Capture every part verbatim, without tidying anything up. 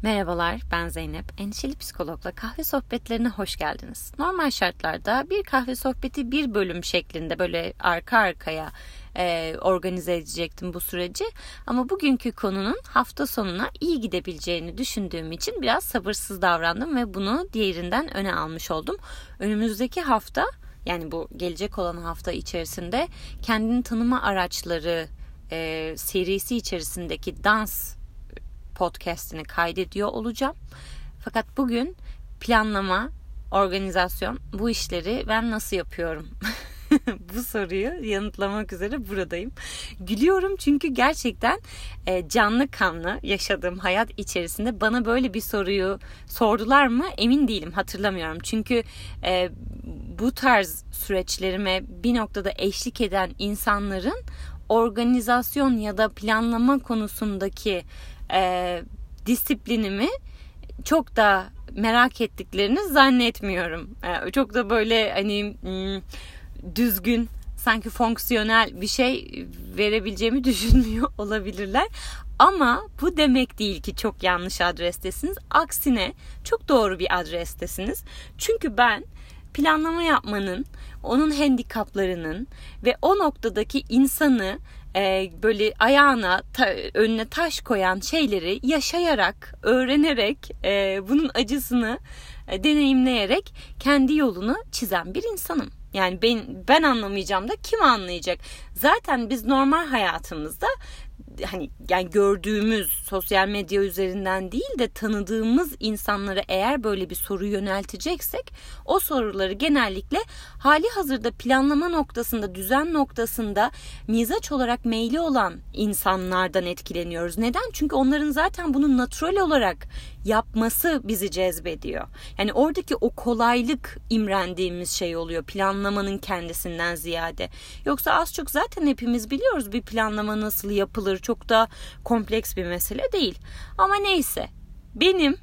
Merhabalar, ben Zeynep. Endişeli Psikolog'la kahve sohbetlerine hoş geldiniz. Normal şartlarda bir kahve sohbeti bir bölüm şeklinde böyle arka arkaya e, organize edecektim bu süreci. Ama bugünkü konunun hafta sonuna iyi gidebileceğini düşündüğüm için biraz sabırsız davrandım ve bunu diğerinden öne almış oldum. Önümüzdeki hafta, yani bu gelecek olan hafta içerisinde kendini tanıma araçları e, serisi içerisindeki dans podcast'ini kaydediyor olacağım. Fakat bugün planlama, organizasyon, bu işleri ben nasıl yapıyorum? Bu soruyu yanıtlamak üzere buradayım. Gülüyorum çünkü gerçekten e, canlı kanlı yaşadığım hayat içerisinde bana böyle bir soruyu sordular mı emin değilim, hatırlamıyorum. Çünkü e, bu tarz süreçlerime bir noktada eşlik eden insanların organizasyon ya da planlama konusundaki e, disiplinimi çok da merak ettiklerini zannetmiyorum. E, çok da böyle hani m, düzgün, sanki fonksiyonel bir şey verebileceğimi düşünmüyor olabilirler. Ama bu demek değil ki çok yanlış adrestesiniz. Aksine çok doğru bir adrestesiniz. Çünkü ben planlama yapmanın, onun handikaplarının ve o noktadaki insanı e, böyle ayağına, ta, önüne taş koyan şeyleri yaşayarak, öğrenerek, e, bunun acısını e, deneyimleyerek kendi yolunu çizen bir insanım. Yani ben, ben anlamayacağım da kim anlayacak? Zaten biz normal hayatımızda hani yani gördüğümüz sosyal medya üzerinden değil de tanıdığımız insanlara eğer böyle bir soru yönelteceksek o soruları genellikle hali hazırda planlama noktasında, düzen noktasında mizaç olarak meyli olan insanlardan etkileniyoruz. Neden? Çünkü onların zaten bunu natural olarak yapması bizi cezbediyor. Yani oradaki o kolaylık imrendiğimiz şey oluyor planlamanın kendisinden ziyade. Yoksa az çok zaten hepimiz biliyoruz bir planlama nasıl yapılır. Çok da kompleks bir mesele değil. Ama neyse, benim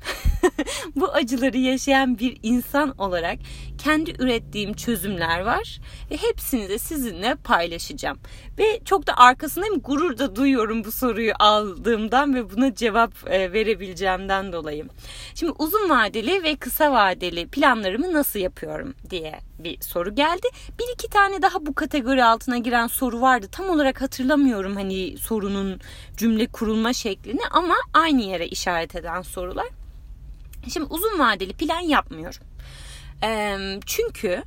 bu acıları yaşayan bir insan olarak kendi ürettiğim çözümler var ve hepsini de sizinle paylaşacağım. Ve çok da arkasındayım, gurur da duyuyorum bu soruyu aldığımdan ve buna cevap verebileceğimden dolayı. Şimdi uzun vadeli ve kısa vadeli planlarımı nasıl yapıyorum diye bir soru geldi. Bir iki tane daha bu kategori altına giren soru vardı. Tam olarak hatırlamıyorum hani sorunun cümle kurulma şeklini ama aynı yere işaret eden sorular. Şimdi uzun vadeli plan yapmıyorum. Ee, çünkü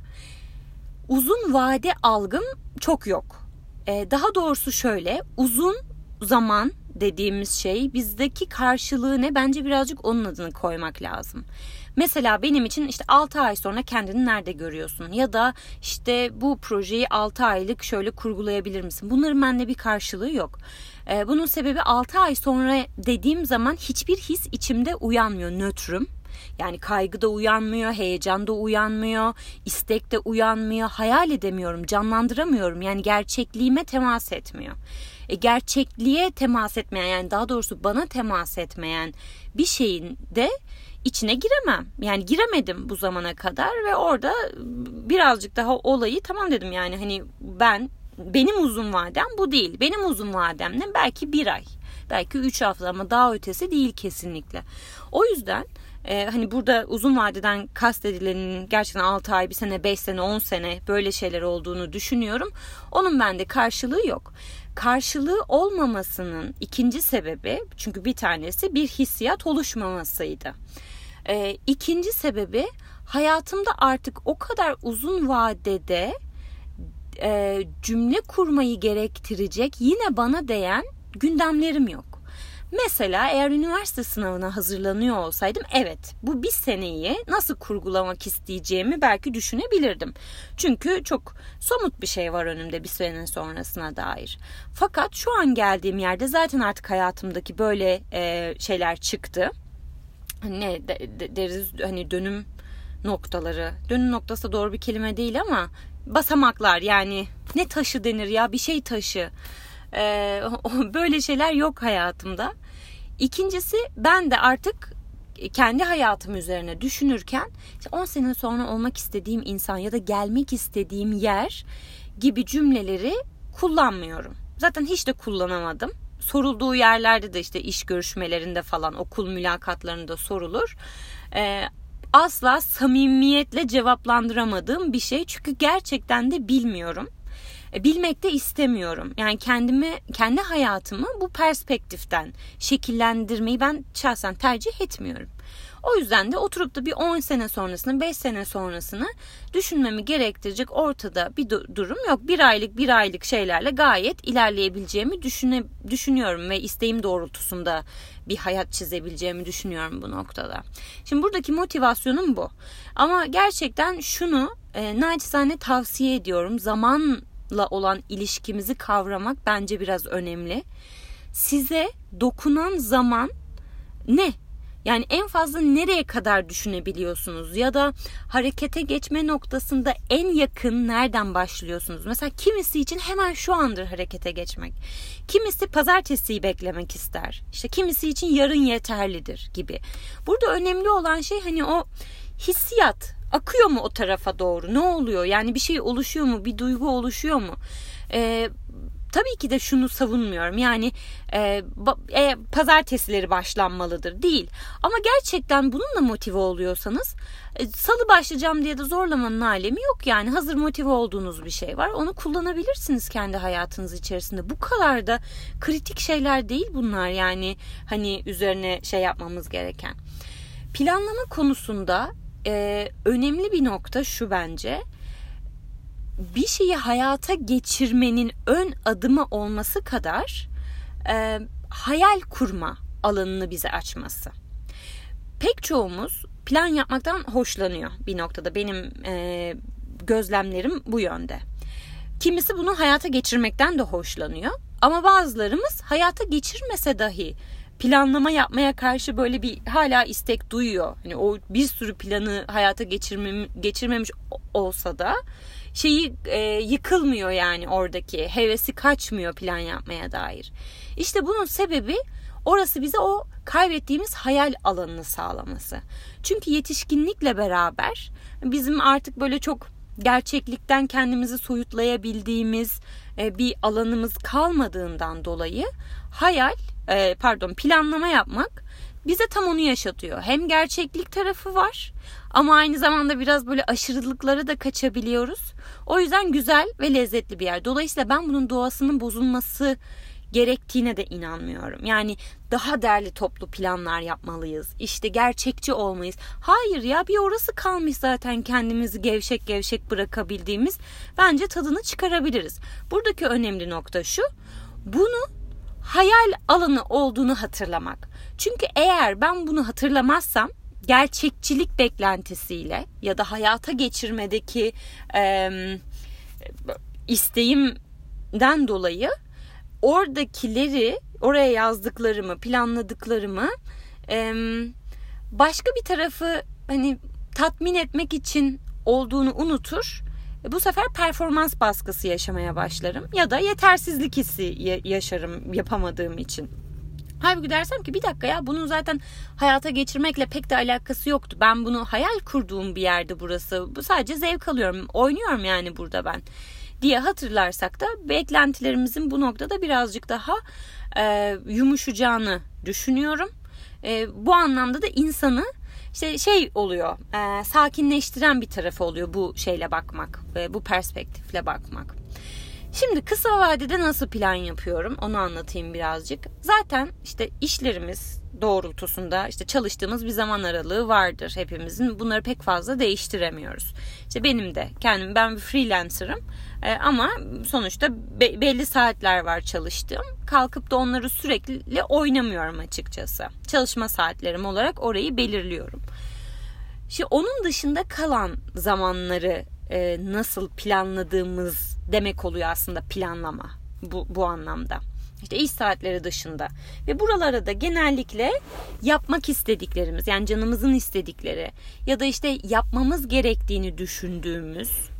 uzun vade algım çok yok. Ee, daha doğrusu şöyle, uzun zaman dediğimiz şey bizdeki karşılığı ne? Bence birazcık onun adını koymak lazım. Mesela benim için işte altı ay sonra kendini nerede görüyorsun? Ya da işte bu projeyi altı aylık şöyle kurgulayabilir misin? Bunların bende bir karşılığı yok. Ee, bunun sebebi altı ay sonra dediğim zaman hiçbir his içimde uyanmıyor, nötrüm. Yani kaygı da uyanmıyor, heyecan da uyanmıyor, istek de uyanmıyor, hayal edemiyorum, canlandıramıyorum. Yani gerçekliğime temas etmiyor. E, gerçekliğe temas etmeyen, yani daha doğrusu bana temas etmeyen bir şeyin de içine giremem. Yani giremedim bu zamana kadar ve orada birazcık daha olayı tamam dedim. Yani hani ben, benim uzun vadem bu değil. Benim uzun vadem ne? Belki bir ay, belki üç hafta ama daha ötesi değil kesinlikle. O yüzden Ee, hani burada uzun vadeden kastedilenin gerçekten altı ay, bir sene, beş sene, on sene böyle şeyler olduğunu düşünüyorum. Onun bende karşılığı yok. Karşılığı olmamasının ikinci sebebi, çünkü bir tanesi bir hissiyat oluşmamasıydı. Ee, ikinci sebebi hayatımda artık o kadar uzun vadede e, cümle kurmayı gerektirecek yine bana değen gündemlerim yok. Mesela eğer üniversite sınavına hazırlanıyor olsaydım evet bu bir seneyi nasıl kurgulamak isteyeceğimi belki düşünebilirdim. Çünkü çok somut bir şey var önümde bir sene sonrasına dair. Fakat şu an geldiğim yerde zaten artık hayatımdaki böyle e, şeyler çıktı. Ne de, de, deriz hani dönüm noktaları. Dönüm noktası doğru bir kelime değil ama basamaklar, yani ne taşı denir ya, bir şey taşı. Ee, böyle şeyler yok hayatımda. İkincisi, ben de artık kendi hayatım üzerine düşünürken işte on sene sonra olmak istediğim insan ya da gelmek istediğim yer gibi cümleleri kullanmıyorum. Zaten hiç de kullanamadım. sorulduğu yerlerde de işte iş görüşmelerinde falan, okul mülakatlarında sorulur. Ee, asla samimiyetle cevaplandıramadığım bir şey. Çünkü gerçekten de bilmiyorum. E, bilmek de istemiyorum. Yani kendimi, kendi hayatımı bu perspektiften şekillendirmeyi ben şahsen tercih etmiyorum. O yüzden de oturup da bir on sene sonrasını, beş sene sonrasını düşünmemi gerektirecek ortada bir durum yok. Bir aylık bir aylık şeylerle gayet ilerleyebileceğimi düşüne, düşünüyorum ve isteğim doğrultusunda bir hayat çizebileceğimi düşünüyorum bu noktada. Şimdi buradaki motivasyonum bu. Ama gerçekten şunu e, naçizane tavsiye ediyorum. Zamanla olan ilişkimizi kavramak bence biraz önemli. Size dokunan zaman ne? Yani en fazla nereye kadar düşünebiliyorsunuz ya da harekete geçme noktasında en yakın nereden başlıyorsunuz? Mesela kimisi için hemen şu andır harekete geçmek. Kimisi pazartesiyi beklemek ister. İşte kimisi için yarın yeterlidir gibi. Burada önemli olan şey hani o hissiyat. Akıyor mu o tarafa doğru? Ne oluyor? Yani bir şey oluşuyor mu? Bir duygu oluşuyor mu? Ee, Tabii ki de şunu savunmuyorum. Yani e, e, pazartesileri başlanmalıdır değil. Ama gerçekten bununla motive oluyorsanız e, salı başlayacağım diye de zorlamanın alemi yok. Yani hazır motive olduğunuz bir şey var. Onu kullanabilirsiniz kendi hayatınız içerisinde. Bu kadar da kritik şeyler değil bunlar. Yani hani üzerine şey yapmamız gereken. Planlama konusunda e, önemli bir nokta şu bence. Bir şeyi hayata geçirmenin ön adımı olması kadar e, hayal kurma alanını bize açması. Pek çoğumuz plan yapmaktan hoşlanıyor bir noktada. Benim e, gözlemlerim bu yönde. Kimisi bunu hayata geçirmekten de hoşlanıyor. Ama bazılarımız hayata geçirmese dahi planlama yapmaya karşı böyle bir hala istek duyuyor. Hani o bir sürü planı hayata geçirmem, geçirmemiş olsa da şeyi e, yıkılmıyor yani oradaki hevesi kaçmıyor plan yapmaya dair. İşte bunun sebebi orası bize o kaybettiğimiz hayal alanını sağlaması. Çünkü yetişkinlikle beraber bizim artık böyle çok gerçeklikten kendimizi soyutlayabildiğimiz e, bir alanımız kalmadığından dolayı hayal e, pardon planlama yapmak bize tam onu yaşatıyor. Hem gerçeklik tarafı var ama aynı zamanda biraz böyle aşırılıklara da kaçabiliyoruz. O yüzden güzel ve lezzetli bir yer. Dolayısıyla ben bunun doğasının bozulması gerektiğine de inanmıyorum. Yani daha derli toplu planlar yapmalıyız. İşte gerçekçi olmayız. Hayır ya, bir orası kalmış zaten kendimizi gevşek gevşek bırakabildiğimiz. Bence tadını çıkarabiliriz. Buradaki önemli nokta şu. Bunu hayal alanı olduğunu hatırlamak. Çünkü eğer ben bunu hatırlamazsam gerçekçilik beklentisiyle ya da hayata geçirmedeki e, isteğimden dolayı oradakileri, oraya yazdıklarımı, planladıklarımı e, başka bir tarafı hani tatmin etmek için olduğunu unutur. Bu sefer performans baskısı yaşamaya başlarım ya da yetersizlik hissi yaşarım yapamadığım için. Halbuki dersem ki bir dakika ya, bunun zaten hayata geçirmekle pek de alakası yoktu. Ben bunu hayal kurduğum bir yerde burası. Bu sadece zevk alıyorum, oynuyorum yani burada ben diye hatırlarsak da beklentilerimizin bu noktada birazcık daha e, yumuşayacağını düşünüyorum. E, bu anlamda da insanı İşte şey oluyor, e, sakinleştiren bir tarafı oluyor bu şeyle bakmak, e, bu perspektifle bakmak. Şimdi kısa vadede nasıl plan yapıyorum onu anlatayım birazcık. Zaten işte işlerimiz doğrultusunda işte çalıştığımız bir zaman aralığı vardır hepimizin. Bunları pek fazla değiştiremiyoruz. İşte benim de kendim, ben bir freelancer'ım e, ama sonuçta be, belli saatler var çalıştığım. Kalkıp da onları sürekli oynamıyorum açıkçası. Çalışma saatlerim olarak orayı belirliyorum. Şimdi onun dışında kalan zamanları e, nasıl planladığımız demek oluyor aslında planlama bu, bu anlamda. İşte iş saatleri dışında ve buralara da genellikle yapmak istediklerimiz, yani canımızın istedikleri ya da işte yapmamız gerektiğini düşündüğümüz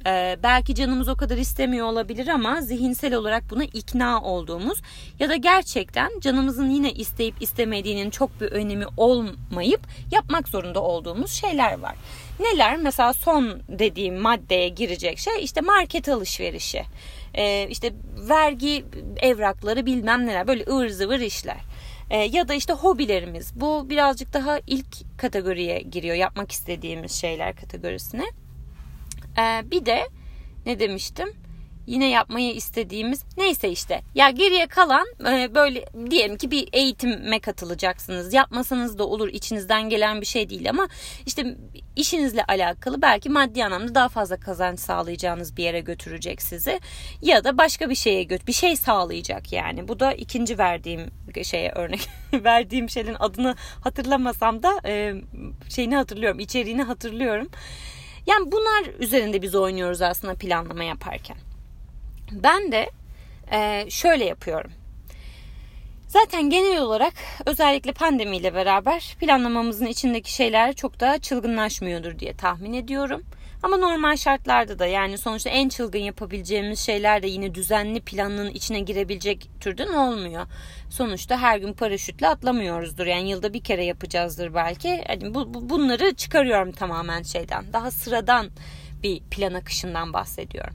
Ee, belki canımız o kadar istemiyor olabilir ama zihinsel olarak buna ikna olduğumuz ya da gerçekten canımızın yine isteyip istemediğinin çok bir önemi olmayıp yapmak zorunda olduğumuz şeyler var. Neler? Mesela son dediğim maddeye girecek şey işte market alışverişi, ee, işte vergi evrakları, bilmem neler, böyle ıvır zıvır işler. Ee, ya da işte hobilerimiz. Bu birazcık daha ilk kategoriye giriyor, yapmak istediğimiz şeyler kategorisine. Ee, bir de ne demiştim? Yine yapmayı istediğimiz neyse işte. Ya geriye kalan e, böyle diyelim ki bir eğitime katılacaksınız. Yapmasanız da olur, içinizden gelen bir şey değil ama işte işinizle alakalı belki maddi anlamda daha fazla kazanç sağlayacağınız bir yere götürecek sizi. Ya da başka bir şeye göt bir şey sağlayacak yani. Bu da ikinci verdiğim şeye örnek. Verdiğim şeyin adını hatırlamasam da e, şeyini hatırlıyorum, içeriğini hatırlıyorum. Yani bunlar üzerinde biz oynuyoruz aslında planlama yaparken. Ben de e, şöyle yapıyorum. Zaten genel olarak özellikle pandemiyle beraber planlamamızın içindeki şeyler çok da çılgınlaşmıyordur diye tahmin ediyorum. Ama normal şartlarda da, yani sonuçta en çılgın yapabileceğimiz şeyler de yine düzenli planın içine girebilecek türden olmuyor. Sonuçta her gün paraşütle atlamıyoruzdur. Yani yılda bir kere yapacağızdır belki. Yani bu, bu, bunları çıkarıyorum tamamen şeyden. Daha sıradan bir plan akışından bahsediyorum.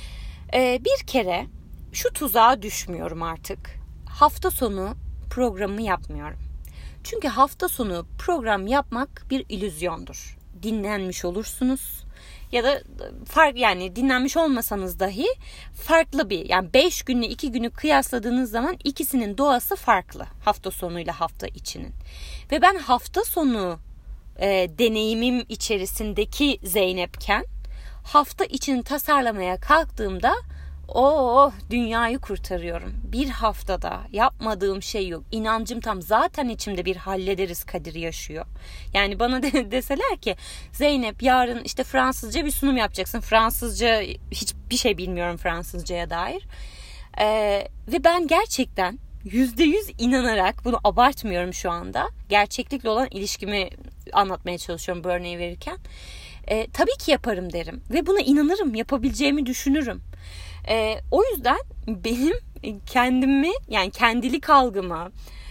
Ee, bir kere şu tuzağa düşmüyorum artık. Hafta sonu programı yapmıyorum. Çünkü hafta sonu program yapmak bir illüzyondur. Dinlenmiş olursunuz. Ya da fark yani dinlenmiş olmasanız dahi farklı bir, yani beş günle iki günü kıyasladığınız zaman ikisinin doğası farklı, hafta sonuyla hafta içinin. Ve ben hafta sonu e, deneyimim içerisindeki Zeynep'ken hafta içini tasarlamaya kalktığımda oh, dünyayı kurtarıyorum. Bir haftada yapmadığım şey yok. İnancım tam, zaten içimde bir hallederiz Kadir yaşıyor. Yani bana de, deseler ki Zeynep yarın işte Fransızca bir sunum yapacaksın. Fransızca, hiçbir şey bilmiyorum Fransızcaya dair. Ee, ve ben gerçekten yüzde yüz inanarak, bunu abartmıyorum şu anda, gerçeklikle olan ilişkimi anlatmaya çalışıyorum bu örneği verirken. Ee, tabii ki yaparım derim ve buna inanırım, yapabileceğimi düşünürüm. Ee, o yüzden benim kendimi, yani kendilik algıma,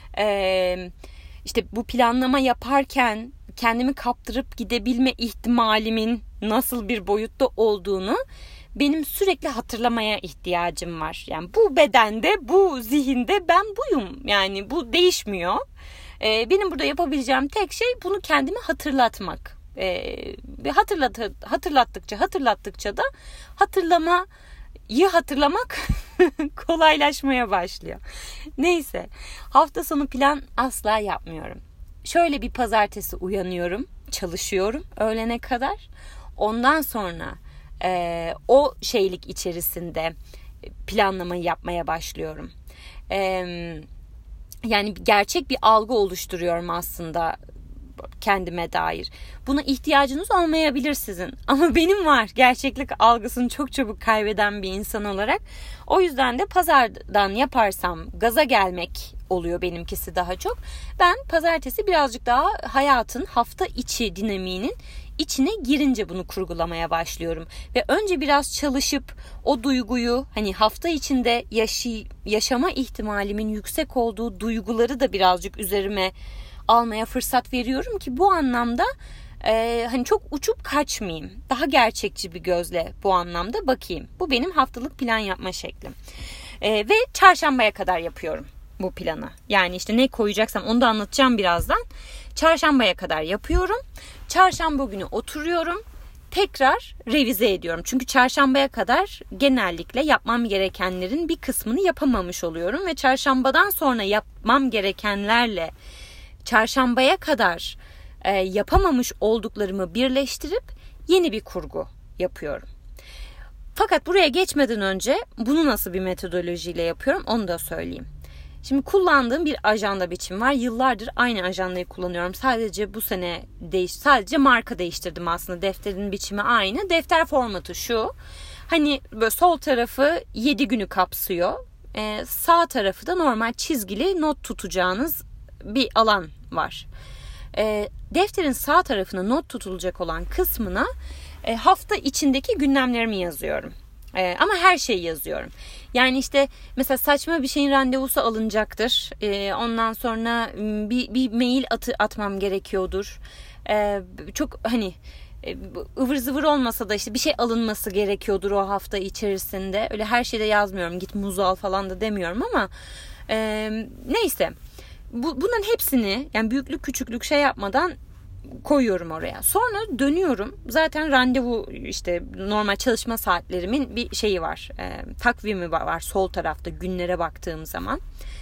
e, işte bu planlama yaparken kendimi kaptırıp gidebilme ihtimalimin nasıl bir boyutta olduğunu benim sürekli hatırlamaya ihtiyacım var. Yani bu bedende, bu zihinde ben buyum. Yani bu değişmiyor. Ee, benim burada yapabileceğim tek şey bunu kendime hatırlatmak. Ee, ve hatırlat, hatırlattıkça hatırlattıkça da hatırlama İyi hatırlamak kolaylaşmaya başlıyor. Neyse, hafta sonu plan asla yapmıyorum. Şöyle bir pazartesi uyanıyorum, çalışıyorum öğlene kadar. Ondan sonra e, o şeylik içerisinde planlamayı yapmaya başlıyorum. E, yani gerçek bir algı oluşturuyorum aslında kendime dair. Buna ihtiyacınız olmayabilir sizin. Ama benim var. Gerçeklik algısını çok çabuk kaybeden bir insan olarak. O yüzden de pazardan yaparsam gaza gelmek oluyor benimkisi daha çok. Ben pazartesi birazcık daha hayatın hafta içi dinamiğinin içine girince bunu kurgulamaya başlıyorum. Ve önce biraz çalışıp o duyguyu, hani hafta içinde yaşı, yaşama ihtimalimin yüksek olduğu duyguları da birazcık üzerime almaya fırsat veriyorum ki bu anlamda e, hani çok uçup kaçmayayım. Daha gerçekçi bir gözle bu anlamda bakayım. Bu benim haftalık plan yapma şeklim. E, ve çarşambaya kadar yapıyorum bu planı. Yani işte ne koyacaksam onu da anlatacağım birazdan. Çarşambaya kadar yapıyorum. Çarşamba günü oturuyorum. Tekrar revize ediyorum. Çünkü çarşambaya kadar genellikle yapmam gerekenlerin bir kısmını yapamamış oluyorum. Ve çarşambadan sonra yapmam gerekenlerle çarşambaya kadar e, yapamamış olduklarımı birleştirip yeni bir kurgu yapıyorum. Fakat buraya geçmeden önce bunu nasıl bir metodolojiyle yapıyorum onu da söyleyeyim. Şimdi kullandığım bir ajanda biçimi var. Yıllardır aynı ajandayı kullanıyorum. Sadece bu sene değiş, sadece marka değiştirdim aslında. Defterin biçimi aynı. Defter formatı şu. Hani böyle sol tarafı yedi günü kapsıyor. Ee, sağ tarafı da normal çizgili not tutacağınız bir alan var. E, defterin sağ tarafına not tutulacak olan kısmına E, hafta içindeki gündemlerimi yazıyorum. E, ama her şeyi yazıyorum. Yani işte mesela saçma bir şeyin randevusu alınacaktır. E, ondan sonra bir, bir mail atı, atmam gerekiyordur. E, çok hani ıvır zıvır olmasa da işte bir şey alınması gerekiyordur o hafta içerisinde. Öyle her şeyde yazmıyorum. Git muz al falan da demiyorum ama e, neyse. Bu, bunların hepsini yani büyüklük küçüklük şey yapmadan koyuyorum oraya. Sonra dönüyorum. Zaten randevu işte normal çalışma saatlerimin bir şeyi var. E, takvimi var sol tarafta günlere baktığım zaman.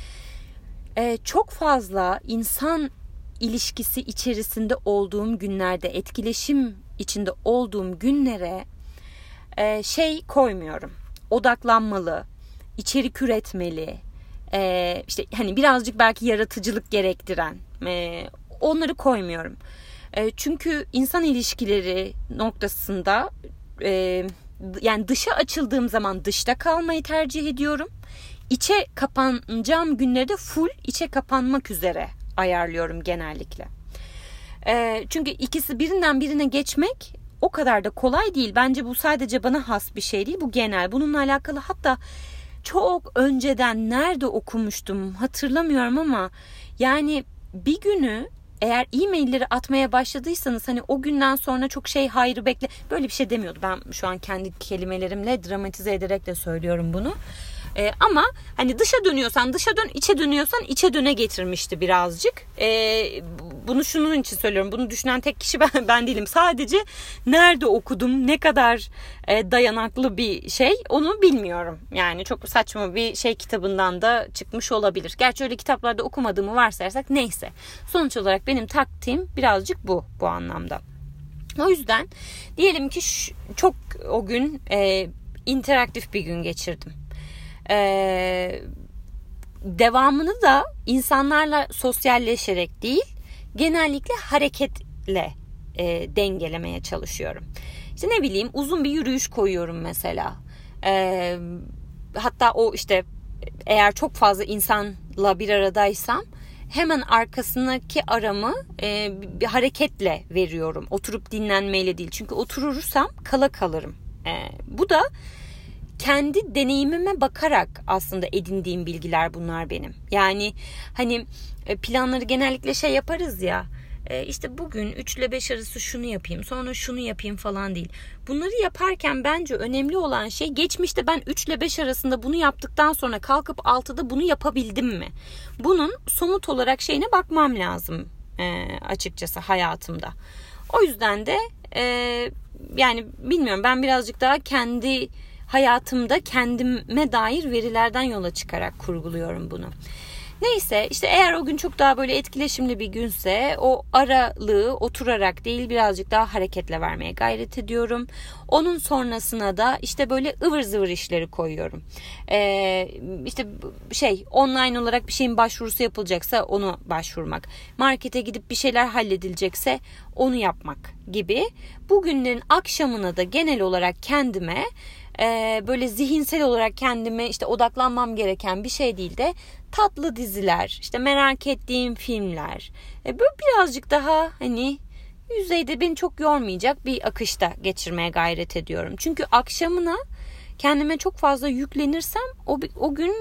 E, çok fazla insan ilişkisi içerisinde olduğum günlerde, etkileşim içinde olduğum günlere e, şey koymuyorum. Odaklanmalı, içerik üretmeli, e, işte hani birazcık belki yaratıcılık gerektiren e, onları koymuyorum. E, çünkü insan ilişkileri noktasında e, yani dışa açıldığım zaman dışta kalmayı tercih ediyorum. İçe kapanacağım günleri de full içe kapanmak üzere ayarlıyorum genellikle. E, çünkü ikisi birinden birine geçmek o kadar da kolay değil. Bence bu sadece bana has bir şey değil. Bu genel. Bununla alakalı hatta çok önceden nerede okumuştum hatırlamıyorum ama yani bir günü eğer e-mailleri atmaya başladıysanız hani o günden sonra çok şey hayrı bekle. Böyle bir şey demiyordu. Ben şu an kendi kelimelerimle dramatize ederek de söylüyorum bunu. Ee, ama hani dışa dönüyorsan dışa dön, içe dönüyorsan içe döne getirmişti birazcık. Ee, bunu şunun için söylüyorum. Bunu düşünen tek kişi ben, ben değilim. Sadece nerede okudum, ne kadar e, dayanaklı bir şey onu bilmiyorum. Yani çok saçma bir şey kitabından da çıkmış olabilir. Gerçi öyle kitaplarda okumadığımı varsayarsak neyse. Sonuç olarak benim taktiğim birazcık bu bu anlamda. O yüzden diyelim ki şu, çok o gün e, interaktif bir gün geçirdim. Ee, devamını da insanlarla sosyalleşerek değil genellikle hareketle e, dengelemeye çalışıyorum. İşte ne bileyim uzun bir yürüyüş koyuyorum mesela. Ee, hatta o işte eğer çok fazla insanla bir aradaysam hemen arkasındaki aramı e, bir hareketle veriyorum. Oturup dinlenmeyle değil. Çünkü oturursam kala kalırım. E, bu da kendi deneyimime bakarak aslında edindiğim bilgiler bunlar benim. Yani hani planları genellikle şey yaparız ya. İşte bugün üç ile beş arası şunu yapayım, sonra şunu yapayım falan değil. Bunları yaparken bence önemli olan şey geçmişte ben üç ile beş arasında bunu yaptıktan sonra kalkıp altıda bunu yapabildim mi? Bunun somut olarak şeyine bakmam lazım açıkçası hayatımda. O yüzden de yani bilmiyorum ben birazcık daha kendi hayatımda kendime dair verilerden yola çıkarak kurguluyorum bunu. Neyse işte eğer o gün çok daha böyle etkileşimli bir günse o aralığı oturarak değil birazcık daha hareketle vermeye gayret ediyorum. Onun sonrasına da işte böyle ıvır zıvır işleri koyuyorum. Ee, işte şey online olarak bir şeyin başvurusu yapılacaksa onu başvurmak. Markete gidip bir şeyler halledilecekse onu yapmak gibi. Bugünlerin akşamına da genel olarak kendime Ee, böyle zihinsel olarak kendime işte odaklanmam gereken bir şey değil de tatlı diziler, işte merak ettiğim filmler, ee, böyle birazcık daha hani yüzeyde beni çok yormayacak bir akışta geçirmeye gayret ediyorum. Çünkü akşamına kendime çok fazla yüklenirsem o, o gün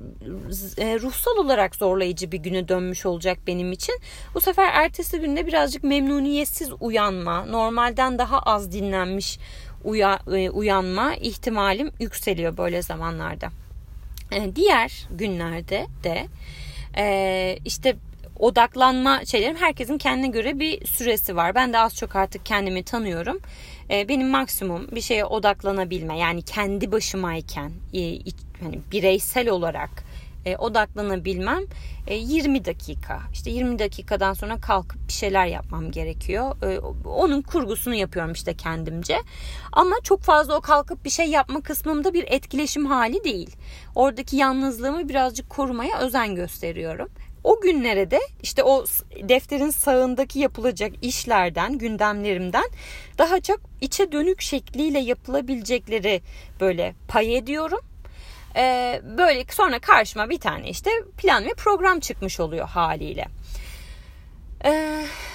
e, ruhsal olarak zorlayıcı bir güne dönmüş olacak benim için. Bu sefer ertesi günde birazcık memnuniyetsiz uyanma, normalden daha az dinlenmiş Uya, uyanma ihtimalim yükseliyor böyle zamanlarda. Ee, diğer günlerde de e, işte odaklanma şeylerim herkesin kendine göre bir süresi var. Ben de az çok artık kendimi tanıyorum. Ee, benim maksimum bir şeye odaklanabilme yani kendi başımayken e, hani bireysel olarak E, odaklanabilmem e, yirmi dakika. İşte yirmi dakikadan sonra kalkıp bir şeyler yapmam gerekiyor. E, onun kurgusunu yapıyorum işte kendimce. Ama çok fazla o kalkıp bir şey yapma kısmımda bir etkileşim hali değil. Oradaki yalnızlığımı birazcık korumaya özen gösteriyorum. O günlere de işte o defterin sağındaki yapılacak işlerden, gündemlerimden daha çok içe dönük şekliyle yapılabilecekleri böyle pay ediyorum. Ee, böyle sonra karşıma bir tane işte plan ve program çıkmış oluyor haliyle. Ee,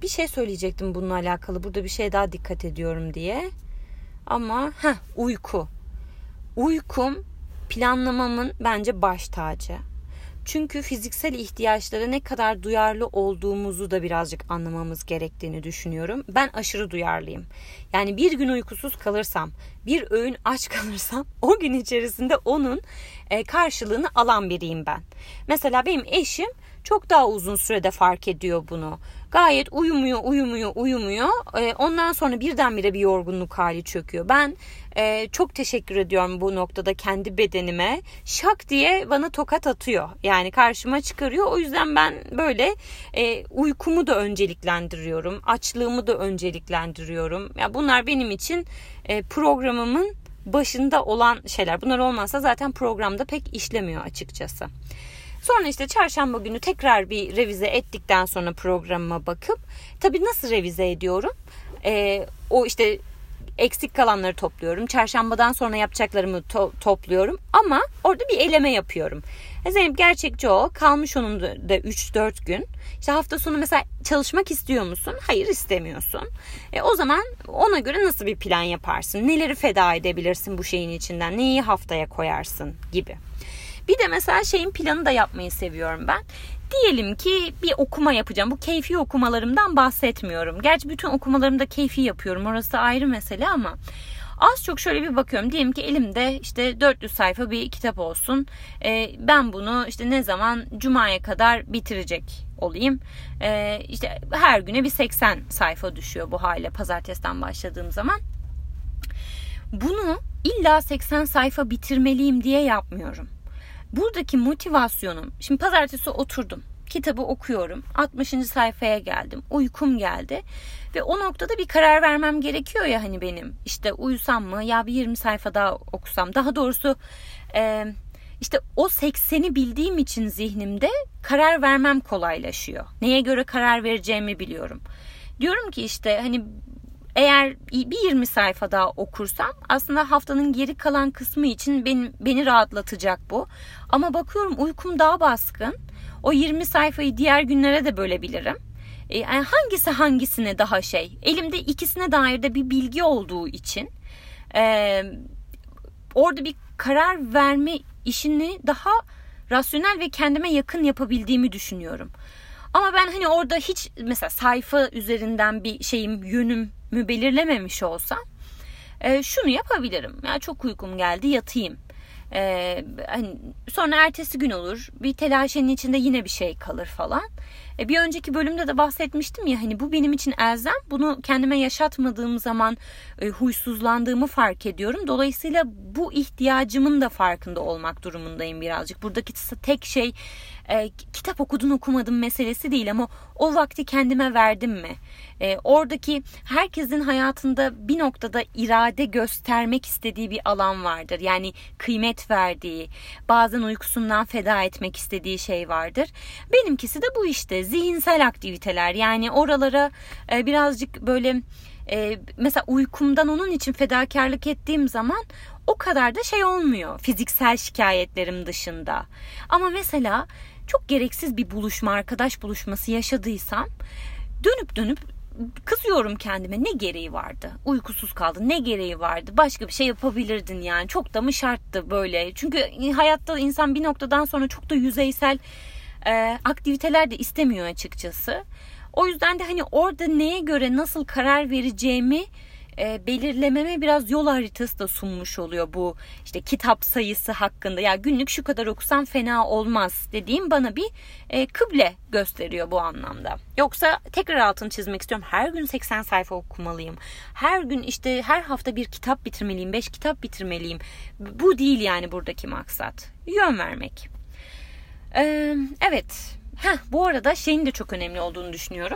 bir şey söyleyecektim bununla alakalı. Burada bir şey daha dikkat ediyorum diye. Ama heh, uyku. Uykum planlamamın bence baş tacı. Çünkü fiziksel ihtiyaçlara ne kadar duyarlı olduğumuzu da birazcık anlamamız gerektiğini düşünüyorum. Ben aşırı duyarlıyım. Yani bir gün uykusuz kalırsam, bir öğün aç kalırsam o gün içerisinde onun karşılığını alan biriyim ben. Mesela benim eşim çok daha uzun sürede fark ediyor bunu. Gayet uyumuyor, uyumuyor, uyumuyor. Ondan sonra birdenbire bir yorgunluk hali çöküyor. Ben e, çok teşekkür ediyorum bu noktada kendi bedenime. Şak diye bana tokat atıyor. Yani karşıma çıkarıyor. O yüzden ben böyle e, uykumu da önceliklendiriyorum. Açlığımı da önceliklendiriyorum. Ya bunlar benim için e, programımın başında olan şeyler. Bunlar olmazsa zaten programda pek işlemiyor açıkçası. Sonra işte çarşamba günü tekrar bir revize ettikten sonra programıma bakıp tabii nasıl revize ediyorum? Ee, o işte eksik kalanları topluyorum. Çarşambadan sonra yapacaklarımı to- topluyorum. Ama orada bir eleme yapıyorum. E Zeynep gerçekçi ol. Kalmış onun da üç dört gün. İşte hafta sonu mesela çalışmak istiyor musun? Hayır istemiyorsun. E o zaman ona göre nasıl bir plan yaparsın? Neleri feda edebilirsin bu şeyin içinden? Neyi haftaya koyarsın gibi. Bir de mesela şeyin planı da yapmayı seviyorum ben. Diyelim ki bir okuma yapacağım. Bu keyfi okumalarımdan bahsetmiyorum. Gerçi bütün okumalarımda keyfi yapıyorum. Orası ayrı mesele ama az çok şöyle bir bakıyorum. Diyelim ki elimde işte dört yüz sayfa bir kitap olsun. Ee, ben bunu işte ne zaman Cuma'ya kadar bitirecek olayım. Ee, işte her güne bir seksen sayfa düşüyor bu hale pazartesiden başladığım zaman. Bunu illa seksen sayfa bitirmeliyim diye yapmıyorum. Buradaki motivasyonum, şimdi pazartesi oturdum, kitabı okuyorum, altmışıncı sayfaya geldim, uykum geldi ve o noktada bir karar vermem gerekiyor ya hani benim. İşte uyusam mı ya bir yirmi sayfa daha okusam, daha doğrusu e, işte o sekseni bildiğim için zihnimde karar vermem kolaylaşıyor. Neye göre karar vereceğimi biliyorum. Diyorum ki işte hani eğer bir yirmi sayfa daha okursam aslında haftanın geri kalan kısmı için beni, beni rahatlatacak bu. Ama bakıyorum uykum daha baskın. O yirmi sayfayı diğer günlere de bölebilirim. E, yani hangisi hangisine daha şey? Elimde ikisine dair de bir bilgi olduğu için e, orada bir karar verme işini daha rasyonel ve kendime yakın yapabildiğimi düşünüyorum. Ama ben hani orada hiç mesela sayfa üzerinden bir şeyim, yönümü belirlememiş olsam e, şunu yapabilirim. Ya çok uykum geldi, yatayım. E, hani sonra ertesi gün olur. Bir telaşenin içinde yine bir şey kalır falan. E, bir önceki bölümde de bahsetmiştim ya hani bu benim için elzem. Bunu kendime yaşatmadığım zaman e, huysuzlandığımı fark ediyorum. Dolayısıyla bu ihtiyacımın da farkında olmak durumundayım birazcık. Buradaki tek şey e, kitap okudun okumadın meselesi değil ama o vakti kendime verdim mi? E, oradaki herkesin hayatında bir noktada irade göstermek istediği bir alan vardır. Yani kıymet verdiği, bazen uykusundan feda etmek istediği şey vardır. Benimkisi de bu işte. Zihinsel aktiviteler, yani oralara e, birazcık böyle e, mesela uykumdan onun için fedakarlık ettiğim zaman o kadar da şey olmuyor fiziksel şikayetlerim dışında. Ama mesela çok gereksiz bir buluşma, arkadaş buluşması yaşadıysam dönüp dönüp kızıyorum kendime. Ne gereği vardı? Uykusuz kaldın. Ne gereği vardı? Başka bir şey yapabilirdin yani. Çok da mı şarttı böyle? Çünkü hayatta insan bir noktadan sonra çok da yüzeysel e, aktiviteler de istemiyor açıkçası. O yüzden de hani orada neye göre nasıl karar vereceğimi e, belirlememe biraz yol haritası da sunmuş oluyor bu işte kitap sayısı hakkında. Ya günlük şu kadar okusam fena olmaz dediğim bana bir e, kıble gösteriyor bu anlamda. Yoksa tekrar altını çizmek istiyorum. Her gün seksen sayfa okumalıyım. Her gün işte her hafta bir kitap bitirmeliyim. beş kitap bitirmeliyim. Bu değil yani buradaki maksat. Yön vermek. Ee, evet. Heh, bu arada şeyin de çok önemli olduğunu düşünüyorum.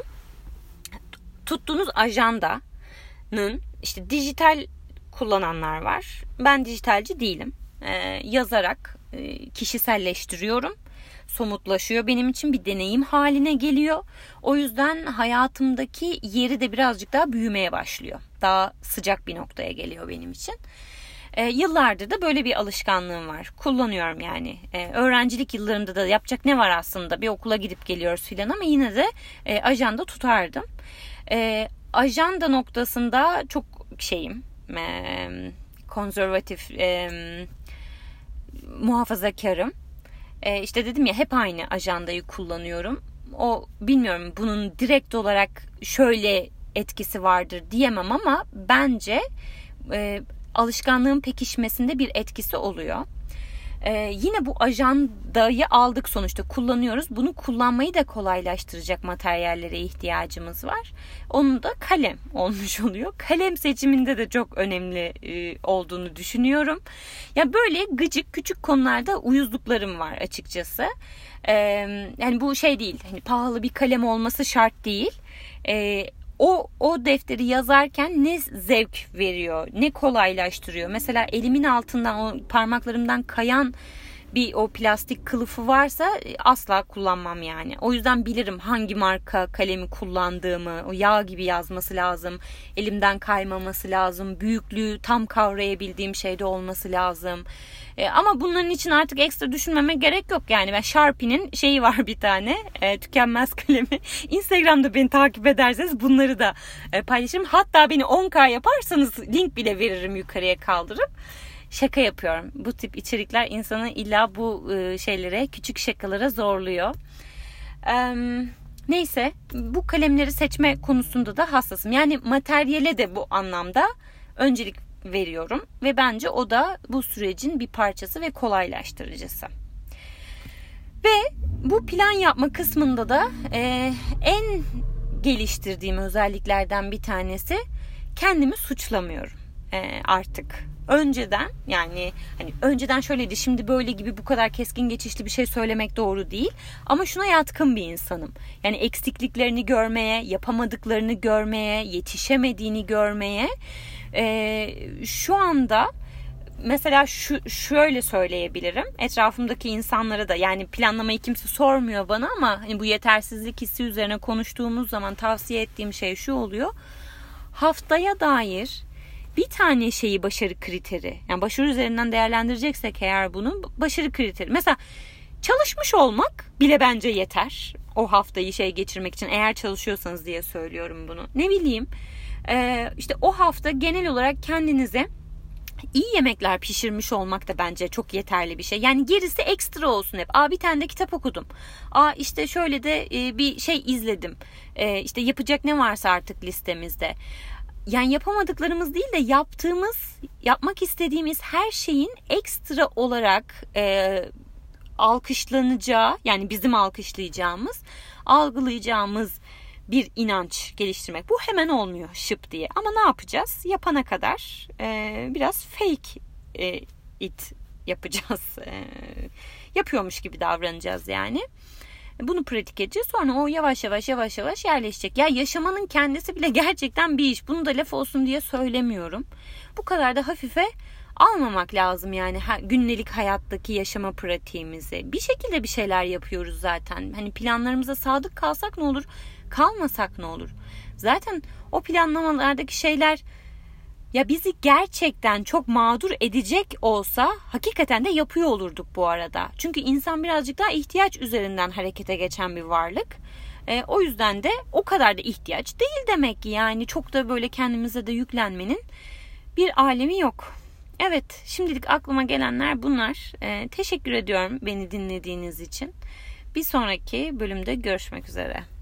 Tuttuğunuz ajandanın işte dijital kullananlar var. Ben dijitalci değilim. Ee, yazarak e, kişiselleştiriyorum. Somutlaşıyor. Benim için bir deneyim haline geliyor. O yüzden hayatımdaki yeri de birazcık daha büyümeye başlıyor. Daha sıcak bir noktaya geliyor benim için. E, yıllardır da böyle bir alışkanlığım var. Kullanıyorum yani. E, öğrencilik yıllarımda da yapacak ne var aslında? Bir okula gidip geliyoruz filan ama yine de e, ajanda tutardım. E, ajanda noktasında çok şeyim. E, konservatif, e, muhafazakarım. E, işte dedim ya, hep aynı ajandayı kullanıyorum. O, bilmiyorum, bunun direkt olarak şöyle etkisi vardır diyemem ama bence e, alışkanlığın pekişmesinde bir etkisi oluyor. Ee, yine bu ajandayı aldık, sonuçta kullanıyoruz. Bunu kullanmayı da kolaylaştıracak materyallere ihtiyacımız var. Onun da kalem olmuş oluyor. Kalem seçiminde de çok önemli e, olduğunu düşünüyorum. Ya böyle gıcık küçük konularda uyuzluklarım var açıkçası. Ee, yani bu şey değil, hani pahalı bir kalem olması şart değil. Ee, O, o defteri yazarken ne zevk veriyor, ne kolaylaştırıyor. Mesela elimin altından, o parmaklarımdan kayan bir o plastik kılıfı varsa asla kullanmam yani. O yüzden bilirim hangi marka kalemi kullandığımı. O yağ gibi yazması lazım, elimden kaymaması lazım, büyüklüğü tam kavrayabildiğim şeyde olması lazım. E, ama bunların için artık ekstra düşünmeme gerek yok. Yani ben Sharpie'nin şeyi var bir tane, e, tükenmez kalemi. Instagram'da beni takip ederseniz bunları da e, paylaşırım. Hatta beni on bin yaparsanız link bile veririm yukarıya kaldırıp. Şaka yapıyorum. Bu tip içerikler insanı illa bu e, şeylere, küçük şakalara zorluyor. E, neyse, bu kalemleri seçme konusunda da hassasım. Yani materyale de bu anlamda öncelik veriyorum ve bence o da bu sürecin bir parçası ve kolaylaştırıcısı. Ve bu plan yapma kısmında da e, en geliştirdiğim özelliklerden bir tanesi, kendimi suçlamıyorum e, artık. Önceden, yani hani önceden şöyleydi, şimdi böyle gibi bu kadar keskin geçişli bir şey söylemek doğru değil. Ama şuna yatkın bir insanım. Yani eksikliklerini görmeye, yapamadıklarını görmeye, yetişemediğini görmeye. Ee, şu anda mesela şu şöyle söyleyebilirim. Etrafımdaki insanlara da, yani planlamayı kimse sormuyor bana ama hani bu yetersizlik hissi üzerine konuştuğumuz zaman tavsiye ettiğim şey şu oluyor. Haftaya dair bir tane şeyi başarı kriteri, yani başarı üzerinden değerlendireceksek eğer bunu, başarı kriteri. Mesela çalışmış olmak bile bence yeter. O haftayı şey geçirmek için, eğer çalışıyorsanız diye söylüyorum bunu. Ne bileyim, e, işte o hafta genel olarak kendinize iyi yemekler pişirmiş olmak da bence çok yeterli bir şey. Yani gerisi ekstra olsun hep. Aa, bir tane de kitap okudum. Aa, işte şöyle de e, bir şey izledim. E, işte yapacak ne varsa artık listemizde. Yani yapamadıklarımız değil de yaptığımız, yapmak istediğimiz her şeyin ekstra olarak e, alkışlanacağı, yani bizim alkışlayacağımız, algılayacağımız bir inanç geliştirmek. Bu hemen olmuyor şıp diye. Ama ne yapacağız? Yapana kadar e, biraz fake e, it yapacağız. E, yapıyormuş gibi davranacağız yani. Bunu pratik edeceğiz. Sonra o yavaş yavaş yavaş yavaş yerleşecek. Ya yaşamanın kendisi bile gerçekten bir iş. Bunu da laf olsun diye söylemiyorum. Bu kadar da hafife almamak lazım yani günlük hayattaki yaşama pratiğimizi. Bir şekilde bir şeyler yapıyoruz zaten. Hani planlarımıza sadık kalsak ne olur, kalmasak ne olur? Zaten o planlamalardaki şeyler ya bizi gerçekten çok mağdur edecek olsa hakikaten de yapıyor olurduk bu arada. Çünkü insan birazcık daha ihtiyaç üzerinden harekete geçen bir varlık. E, o yüzden de o kadar da ihtiyaç değil demek ki. Yani çok da böyle kendimize de yüklenmenin bir alemi yok. Evet, şimdilik aklıma gelenler bunlar. E, teşekkür ediyorum beni dinlediğiniz için. Bir sonraki bölümde görüşmek üzere.